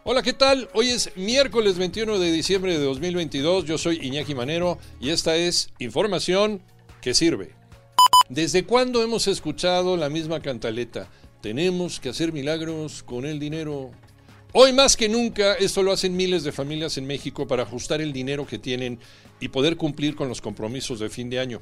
Hola, ¿qué tal? Hoy es miércoles 21 de diciembre de 2022. Yo soy Iñaki Manero y esta es información que sirve. ¿Desde cuándo hemos escuchado la misma cantaleta? Tenemos que hacer milagros con el dinero. Hoy más que nunca esto lo hacen miles de familias en México para ajustar el dinero que tienen y poder cumplir con los compromisos de fin de año.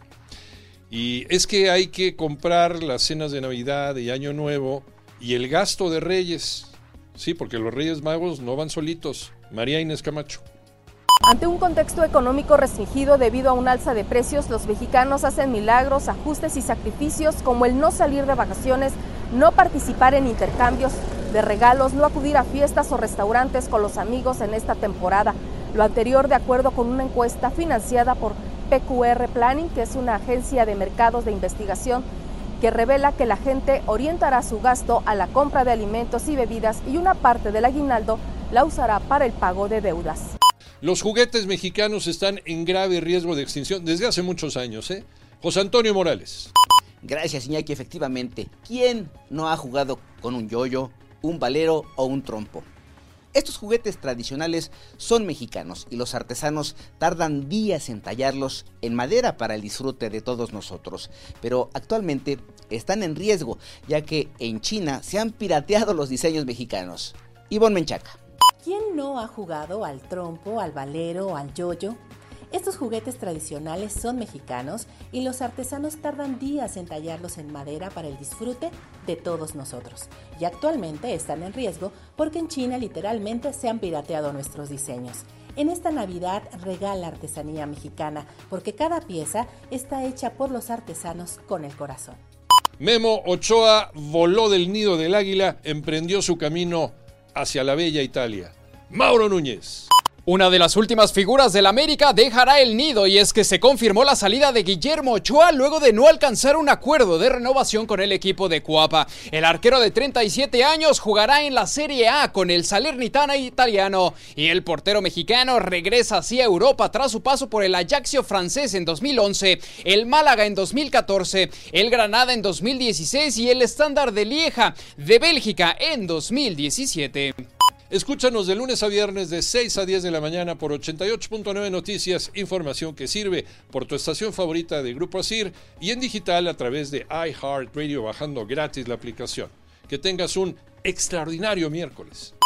Y es que hay que comprar las cenas de Navidad y Año Nuevo y el gasto de Reyes. Sí, porque los Reyes Magos no van solitos. María Inés Camacho. Ante un contexto económico restringido debido a un alza de precios, los mexicanos hacen milagros, ajustes y sacrificios como el no salir de vacaciones, no participar en intercambios de regalos, no acudir a fiestas o restaurantes con los amigos en esta temporada. Lo anterior de acuerdo con una encuesta financiada por PQR Planning, que es una agencia de mercados de investigación que revela que la gente orientará su gasto a la compra de alimentos y bebidas y una parte del aguinaldo la usará para el pago de deudas. Los juguetes mexicanos están en grave riesgo de extinción desde hace muchos años, José Antonio Morales. Gracias, Iñaki. Efectivamente, ¿quién no ha jugado con un yoyo, un valero o un trompo? Estos juguetes tradicionales son mexicanos y los artesanos tardan días en tallarlos en madera para el disfrute de todos nosotros. Pero actualmente están en riesgo, ya que en China se han pirateado los diseños mexicanos. Ivonne Menchaca. ¿Quién no ha jugado al trompo, al valero o al yoyo? Estos juguetes tradicionales son mexicanos y los artesanos tardan días en tallarlos en madera para el disfrute de todos nosotros. Y actualmente están en riesgo porque en China literalmente se han pirateado nuestros diseños. En esta Navidad regala artesanía mexicana porque cada pieza está hecha por los artesanos con el corazón. Memo Ochoa voló del nido del águila, emprendió su camino hacia la bella Italia. Mauro Núñez. Una de las últimas figuras del América dejará el nido y es que se confirmó la salida de Guillermo Ochoa luego de no alcanzar un acuerdo de renovación con el equipo de Cuapa. El arquero de 37 años jugará en la Serie A con el Salernitana italiano y el portero mexicano regresa así a Europa tras su paso por el Ajaccio francés en 2011, el Málaga en 2014, el Granada en 2016 y el Standard de Lieja de Bélgica en 2017. Escúchanos de lunes a viernes de 6 a 10 de la mañana por 88.9 Noticias, información que sirve, por tu estación favorita de Grupo ASIR y en digital a través de iHeartRadio bajando gratis la aplicación. Que tengas un extraordinario miércoles.